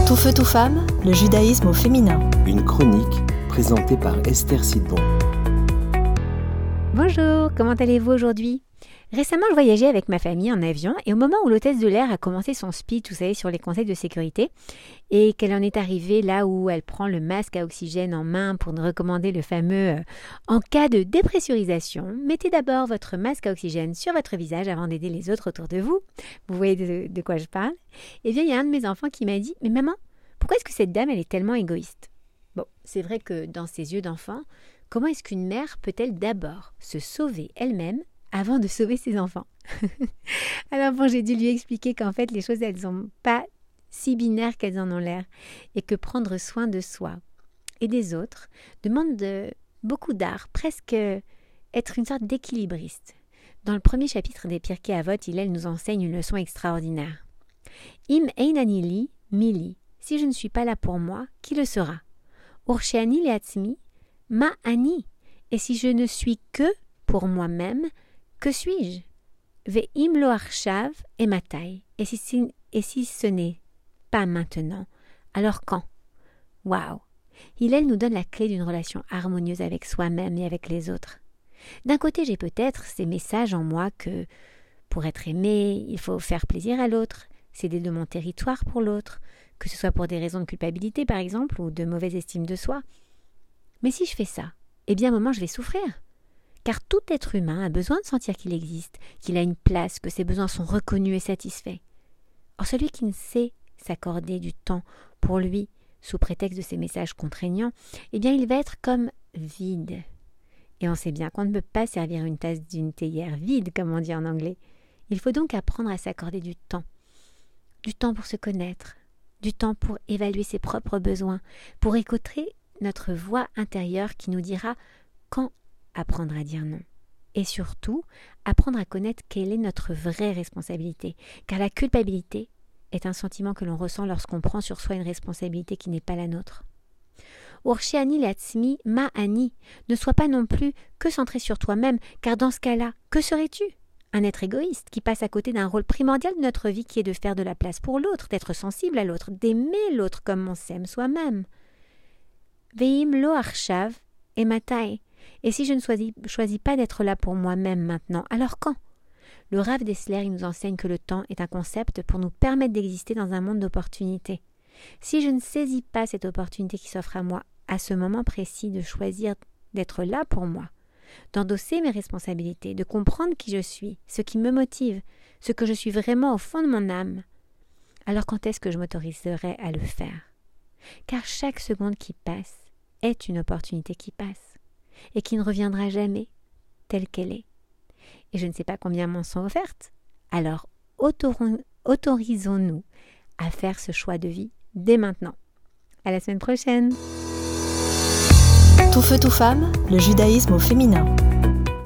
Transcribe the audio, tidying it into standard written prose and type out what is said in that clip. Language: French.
Tout feu, tout femme, le judaïsme au féminin. Une chronique présentée par Esther Sidbon. Bonjour, comment allez-vous aujourd'hui ? Récemment, je voyageais avec ma famille en avion et au moment où l'hôtesse de l'air a commencé son speech, vous savez, sur les conseils de sécurité, et qu'elle en est arrivée là où elle prend le masque à oxygène en main pour nous recommander le fameux en cas de dépressurisation, mettez d'abord votre masque à oxygène sur votre visage avant d'aider les autres autour de vous. Vous voyez de quoi je parle ? Eh bien, il y a un de mes enfants qui m'a dit « Mais maman, pourquoi est-ce que cette dame, elle est tellement égoïste ?» Bon, c'est vrai que dans ses yeux d'enfant, comment est-ce qu'une mère peut-elle d'abord se sauver elle-même avant de sauver ses enfants? Alors bon, j'ai dû lui expliquer qu'en fait, les choses, elles ne sont pas si binaires qu'elles en ont l'air et que prendre soin de soi et des autres demande beaucoup d'art, presque être une sorte d'équilibriste. Dans le premier chapitre des Pirkei Avot, Hillel nous enseigne une leçon extraordinaire. « Im einani li, mili » si je ne suis pas là pour moi, qui le sera? « Ursheani leatzmi, ma ani » et si je ne suis que pour moi-même, que suis-je? Ve'im lo arshav et matai. Et si ce n'est pas maintenant, alors quand? Waouh! Hillel nous donne la clé d'une relation harmonieuse avec soi-même et avec les autres. D'un côté, j'ai peut-être ces messages en moi que pour être aimé, il faut faire plaisir à l'autre, céder de mon territoire pour l'autre, que ce soit pour des raisons de culpabilité par exemple ou de mauvaise estime de soi. Mais si je fais ça, eh bien à un moment je vais souffrir. Car tout être humain a besoin de sentir qu'il existe, qu'il a une place, que ses besoins sont reconnus et satisfaits. Or celui qui ne sait s'accorder du temps pour lui, sous prétexte de ces messages contraignants, eh bien il va être comme vide. Et on sait bien qu'on ne peut pas servir une tasse d'une théière vide, comme on dit en anglais. Il faut donc apprendre à s'accorder du temps pour se connaître, du temps pour évaluer ses propres besoins, pour écouter notre voix intérieure qui nous dira quand apprendre à dire non. Et surtout, apprendre à connaître quelle est notre vraie responsabilité. Car la culpabilité est un sentiment que l'on ressent lorsqu'on prend sur soi une responsabilité qui n'est pas la nôtre. Ursheani leatzmi ma ani. Ne sois pas non plus que centré sur toi-même, car dans ce cas-là, que serais-tu? Un être égoïste qui passe à côté d'un rôle primordial de notre vie qui est de faire de la place pour l'autre, d'être sensible à l'autre, d'aimer l'autre comme on s'aime soi-même. Ve'im lo arshav et matai. Et si je ne choisis pas d'être là pour moi-même maintenant, alors quand? Le Rav Dessler, il nous enseigne que le temps est un concept pour nous permettre d'exister dans un monde d'opportunités. Si je ne saisis pas cette opportunité qui s'offre à moi, à ce moment précis de choisir d'être là pour moi, d'endosser mes responsabilités, de comprendre qui je suis, ce qui me motive, ce que je suis vraiment au fond de mon âme, alors quand est-ce que je m'autoriserai à le faire? Car chaque seconde qui passe est une opportunité qui passe et qui ne reviendra jamais telle qu'elle est. Et je ne sais pas combien m'en sont offertes. Alors, autorisons-nous à faire ce choix de vie dès maintenant. À la semaine prochaine. Tout feu, tout femme, le judaïsme au féminin.